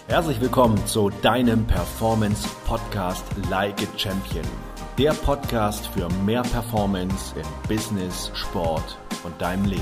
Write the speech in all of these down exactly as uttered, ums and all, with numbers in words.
Herzlich willkommen zu deinem Performance Podcast Like a Champion. Der Podcast für mehr Performance im Business, Sport und deinem Leben.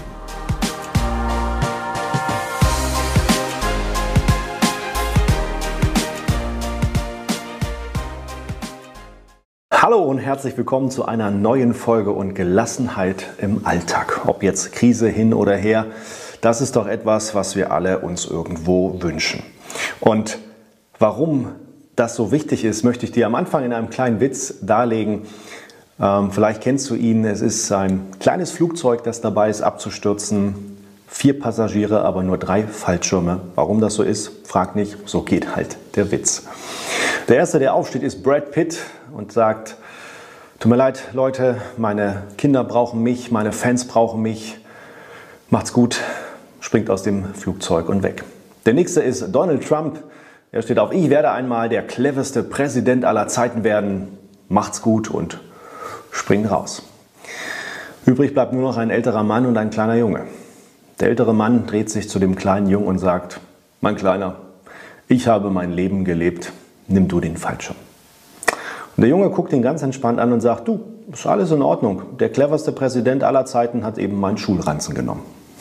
Hallo und herzlich willkommen zu einer neuen Folge und Gelassenheit im Alltag. Ob jetzt Krise hin oder her, das ist doch etwas, was wir alle uns irgendwo wünschen. Und warum das so wichtig ist, möchte ich dir am Anfang in einem kleinen Witz darlegen. Ähm, vielleicht kennst du ihn. Es ist ein kleines Flugzeug, das dabei ist abzustürzen. Vier Passagiere, aber nur drei Fallschirme. Warum das so ist, frag nicht. So geht halt der Witz. Der erste, der aufsteht, ist Brad Pitt und sagt: Tut mir leid, Leute, meine Kinder brauchen mich, meine Fans brauchen mich. Macht's gut, springt aus dem Flugzeug und weg. Der nächste ist Donald Trump. Er steht auf: Ich werde einmal der cleverste Präsident aller Zeiten werden. Macht's gut und springt raus. Übrig bleibt nur noch ein älterer Mann und ein kleiner Junge. Der ältere Mann dreht sich zu dem kleinen Jungen und sagt: Mein Kleiner, ich habe mein Leben gelebt. Nimm du den Fallschirm. Und der Junge guckt ihn ganz entspannt an und sagt: Du, ist alles in Ordnung. Der cleverste Präsident aller Zeiten hat eben meinen Schulranzen genommen.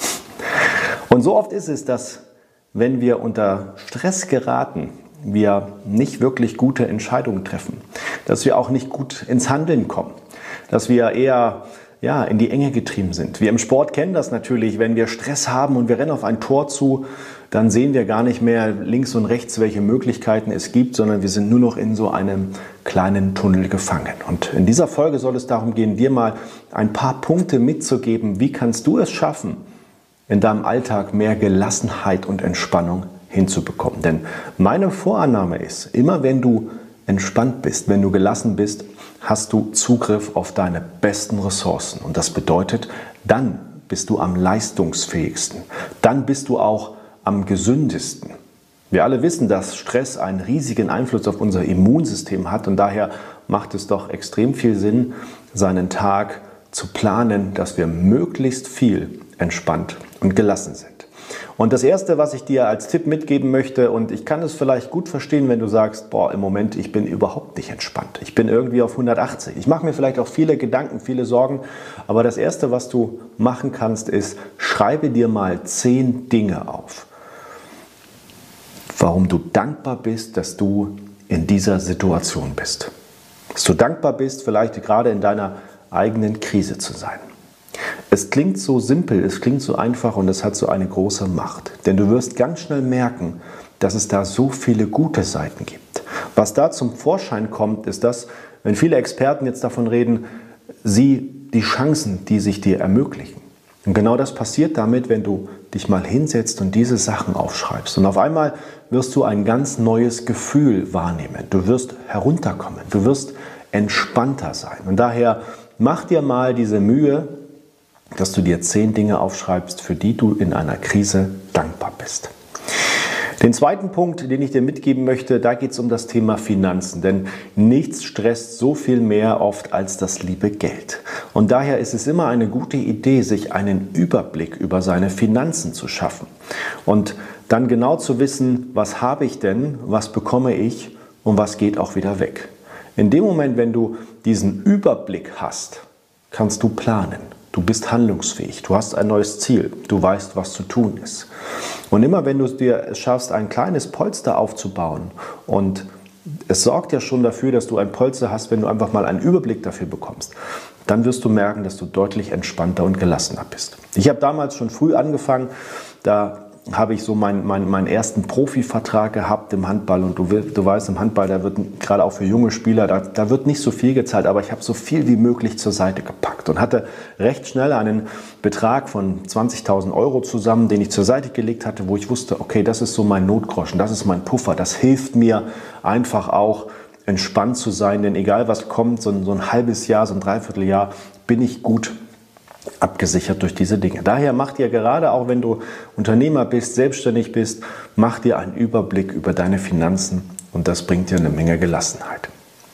Und so oft ist es, dass, wenn wir unter Stress geraten, wir nicht wirklich gute Entscheidungen treffen, dass wir auch nicht gut ins Handeln kommen, dass wir eher ja, in die Enge getrieben sind. Wir im Sport kennen das natürlich, wenn wir Stress haben und wir rennen auf ein Tor zu, dann sehen wir gar nicht mehr links und rechts, welche Möglichkeiten es gibt, sondern wir sind nur noch in so einem kleinen Tunnel gefangen. Und in dieser Folge soll es darum gehen, dir mal ein paar Punkte mitzugeben, wie kannst du es schaffen, in deinem Alltag mehr Gelassenheit und Entspannung hinzubekommen. Denn meine Vorannahme ist, immer wenn du entspannt bist, wenn du gelassen bist, hast du Zugriff auf deine besten Ressourcen. Und das bedeutet, dann bist du am leistungsfähigsten. Dann bist du auch am gesündesten. Wir alle wissen, dass Stress einen riesigen Einfluss auf unser Immunsystem hat. Und daher macht es doch extrem viel Sinn, seinen Tag zu planen, dass wir möglichst viel entspannt und gelassen sind. Und das Erste, was ich dir als Tipp mitgeben möchte, und ich kann es vielleicht gut verstehen, wenn du sagst, boah, im Moment, ich bin überhaupt nicht entspannt. Ich bin irgendwie auf hundertachtzig. Ich mache mir vielleicht auch viele Gedanken, viele Sorgen. Aber das Erste, was du machen kannst, ist, schreibe dir mal zehn Dinge auf, warum du dankbar bist, dass du in dieser Situation bist. Dass du dankbar bist, vielleicht gerade in deiner eigenen Krise zu sein. Es klingt so simpel, es klingt so einfach und es hat so eine große Macht. Denn du wirst ganz schnell merken, dass es da so viele gute Seiten gibt. Was da zum Vorschein kommt, ist das, wenn viele Experten jetzt davon reden, sieh die Chancen, die sich dir ermöglichen. Und genau das passiert damit, wenn du dich mal hinsetzt und diese Sachen aufschreibst. Und auf einmal wirst du ein ganz neues Gefühl wahrnehmen. Du wirst herunterkommen, du wirst entspannter sein. Und daher mach dir mal diese Mühe, dass du dir zehn Dinge aufschreibst, für die du in einer Krise dankbar bist. Den zweiten Punkt, den ich dir mitgeben möchte, da geht es um das Thema Finanzen. Denn nichts stresst so viel mehr oft als das liebe Geld. Und daher ist es immer eine gute Idee, sich einen Überblick über seine Finanzen zu schaffen. Und dann genau zu wissen, was habe ich denn, was bekomme ich und was geht auch wieder weg. In dem Moment, wenn du diesen Überblick hast, kannst du planen. Du bist handlungsfähig, du hast ein neues Ziel, du weißt, was zu tun ist. Und immer wenn du es dir schaffst, ein kleines Polster aufzubauen, und es sorgt ja schon dafür, dass du ein Polster hast, wenn du einfach mal einen Überblick dafür bekommst, dann wirst du merken, dass du deutlich entspannter und gelassener bist. Ich habe damals schon früh angefangen, da habe ich so meinen mein, mein ersten Profivertrag gehabt im Handball, und du, du weißt, im Handball, da wird gerade auch für junge Spieler, da, da wird nicht so viel gezahlt, aber ich habe so viel wie möglich zur Seite gepackt und hatte recht schnell einen Betrag von zwanzigtausend Euro zusammen, den ich zur Seite gelegt hatte, wo ich wusste, okay, das ist so mein Notgroschen, das ist mein Puffer, das hilft mir einfach auch entspannt zu sein, denn egal was kommt, so ein, so ein halbes Jahr, so ein Dreivierteljahr, bin ich gut abgesichert durch diese Dinge. Daher mach dir gerade, auch wenn du Unternehmer bist, selbstständig bist, mach dir einen Überblick über deine Finanzen, und das bringt dir eine Menge Gelassenheit.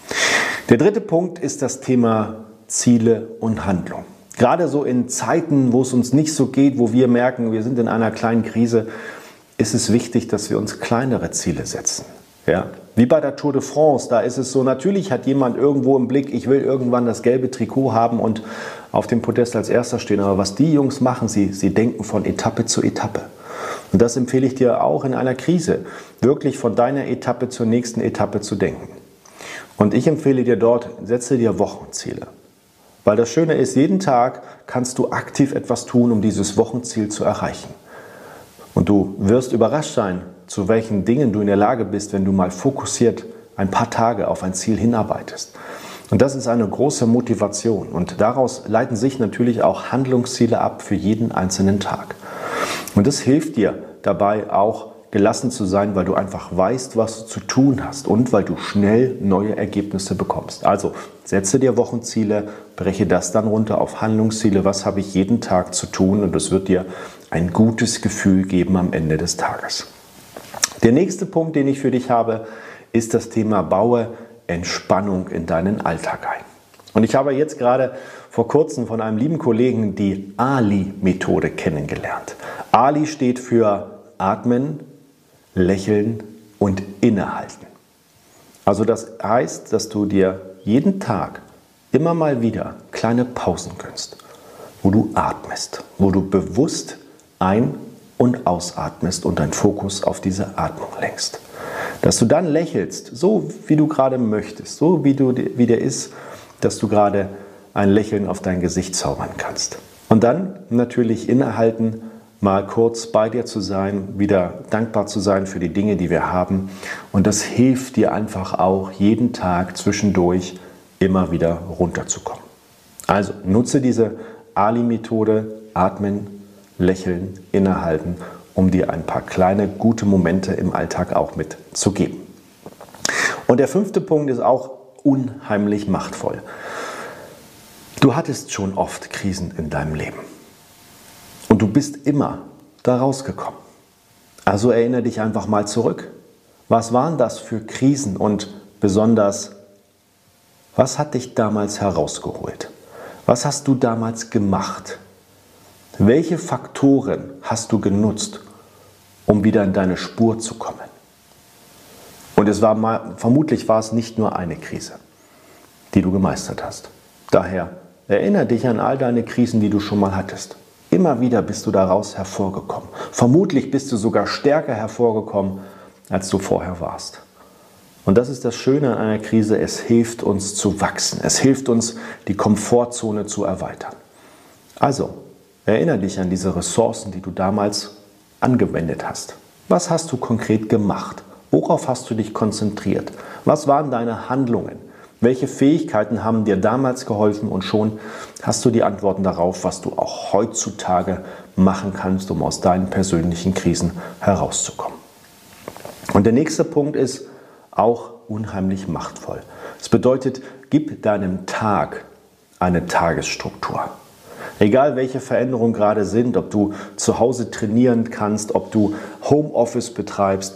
Der dritte Punkt ist das Thema Ziele und Handlung. Gerade so in Zeiten, wo es uns nicht so geht, wo wir merken, wir sind in einer kleinen Krise, ist es wichtig, dass wir uns kleinere Ziele setzen. Ja? Wie bei der Tour de France, da ist es so, natürlich hat jemand irgendwo im Blick, ich will irgendwann das gelbe Trikot haben und auf dem Podest als Erster stehen. Aber was die Jungs machen, sie, sie denken von Etappe zu Etappe. Und das empfehle ich dir auch in einer Krise, wirklich von deiner Etappe zur nächsten Etappe zu denken. Und ich empfehle dir dort, setze dir Wochenziele. Weil das Schöne ist, jeden Tag kannst du aktiv etwas tun, um dieses Wochenziel zu erreichen. Und du wirst überrascht sein, zu welchen Dingen du in der Lage bist, wenn du mal fokussiert ein paar Tage auf ein Ziel hinarbeitest. Und das ist eine große Motivation. Und daraus leiten sich natürlich auch Handlungsziele ab für jeden einzelnen Tag. Und das hilft dir dabei auch gelassen zu sein, weil du einfach weißt, was du zu tun hast und weil du schnell neue Ergebnisse bekommst. Also setze dir Wochenziele, breche das dann runter auf Handlungsziele. Was habe ich jeden Tag zu tun? Und das wird dir ein gutes Gefühl geben am Ende des Tages. Der nächste Punkt, den ich für dich habe, ist das Thema Baue Entspannung in deinen Alltag ein. Und ich habe jetzt gerade vor kurzem von einem lieben Kollegen die A L I-Methode kennengelernt. A L I steht für Atmen, Lächeln und Innehalten. Also das heißt, dass du dir jeden Tag immer mal wieder kleine Pausen gönnst, wo du atmest, wo du bewusst ein- und ausatmest und deinen Fokus auf diese Atmung lenkst. Dass du dann lächelst, so wie du gerade möchtest, so wie, du, wie der ist, dass du gerade ein Lächeln auf dein Gesicht zaubern kannst. Und dann natürlich innehalten, mal kurz bei dir zu sein, wieder dankbar zu sein für die Dinge, die wir haben. Und das hilft dir einfach auch, jeden Tag zwischendurch immer wieder runterzukommen. Also nutze diese A L I-Methode, atmen, lächeln, innehalten, um dir ein paar kleine, gute Momente im Alltag auch mitzugeben. Und der fünfte Punkt ist auch unheimlich machtvoll. Du hattest schon oft Krisen in deinem Leben. Und du bist immer da rausgekommen. Also erinnere dich einfach mal zurück. Was waren das für Krisen und besonders, was hat dich damals herausgeholt? Was hast du damals gemacht? Welche Faktoren hast du genutzt, um wieder in deine Spur zu kommen? Und es war mal, vermutlich war es nicht nur eine Krise, die du gemeistert hast. Daher erinnere dich an all deine Krisen, die du schon mal hattest. Immer wieder bist du daraus hervorgekommen. Vermutlich bist du sogar stärker hervorgekommen, als du vorher warst. Und das ist das Schöne an einer Krise, es hilft uns zu wachsen. Es hilft uns, die Komfortzone zu erweitern. Also, erinnere dich an diese Ressourcen, die du damals angewendet hast. Was hast du konkret gemacht? Worauf hast du dich konzentriert? Was waren deine Handlungen? Welche Fähigkeiten haben dir damals geholfen? Und schon hast du die Antworten darauf, was du auch heutzutage machen kannst, um aus deinen persönlichen Krisen herauszukommen. Und der nächste Punkt ist auch unheimlich machtvoll. Das bedeutet, gib deinem Tag eine Tagesstruktur. Egal welche Veränderungen gerade sind, ob du zu Hause trainieren kannst, ob du Homeoffice betreibst,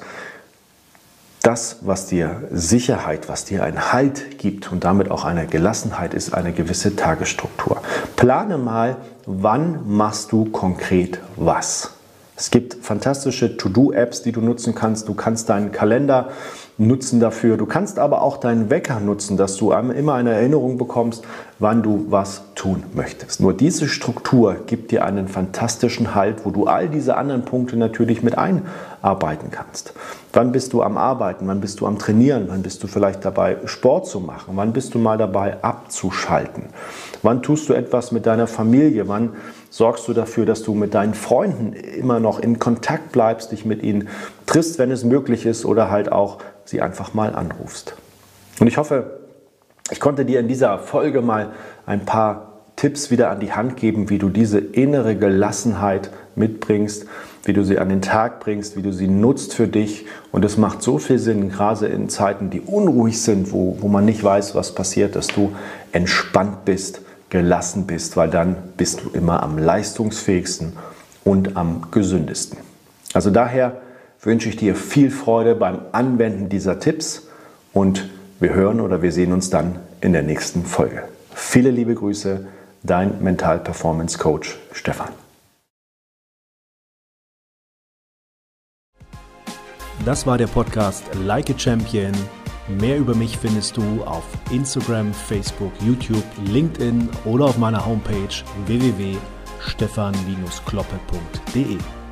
das, was dir Sicherheit, was dir einen Halt gibt und damit auch eine Gelassenheit, ist eine gewisse Tagesstruktur. Plane mal, wann machst du konkret was. Es gibt fantastische To-Do-Apps, die du nutzen kannst. Du kannst deinen Kalender nutzen dafür. Du kannst aber auch deinen Wecker nutzen, dass du immer eine Erinnerung bekommst, wann du was tun möchtest. Nur diese Struktur gibt dir einen fantastischen Halt, wo du all diese anderen Punkte natürlich mit einarbeiten kannst. Wann bist du am Arbeiten? Wann bist du am Trainieren? Wann bist du vielleicht dabei, Sport zu machen? Wann bist du mal dabei, abzuschalten? Wann tust du etwas mit deiner Familie? Wann sorgst du dafür, dass du mit deinen Freunden immer noch in Kontakt bleibst, dich mit ihnen triffst, wenn es möglich ist, oder halt auch sie einfach mal anrufst? Und ich hoffe, ich konnte dir in dieser Folge mal ein paar Tipps wieder an die Hand geben, wie du diese innere Gelassenheit mitbringst, wie du sie an den Tag bringst, wie du sie nutzt für dich. Und es macht so viel Sinn, gerade in Zeiten, die unruhig sind, wo, wo man nicht weiß, was passiert, dass du entspannt bist, gelassen bist, weil dann bist du immer am leistungsfähigsten und am gesündesten. Also daher wünsche ich dir viel Freude beim Anwenden dieser Tipps und wir hören oder wir sehen uns dann in der nächsten Folge. Viele liebe Grüße, dein Mental Performance Coach Stefan. Das war der Podcast Like a Champion. Mehr über mich findest du auf Instagram, Facebook, YouTube, LinkedIn oder auf meiner Homepage w w w punkt stefan Bindestrich kloppe punkt de.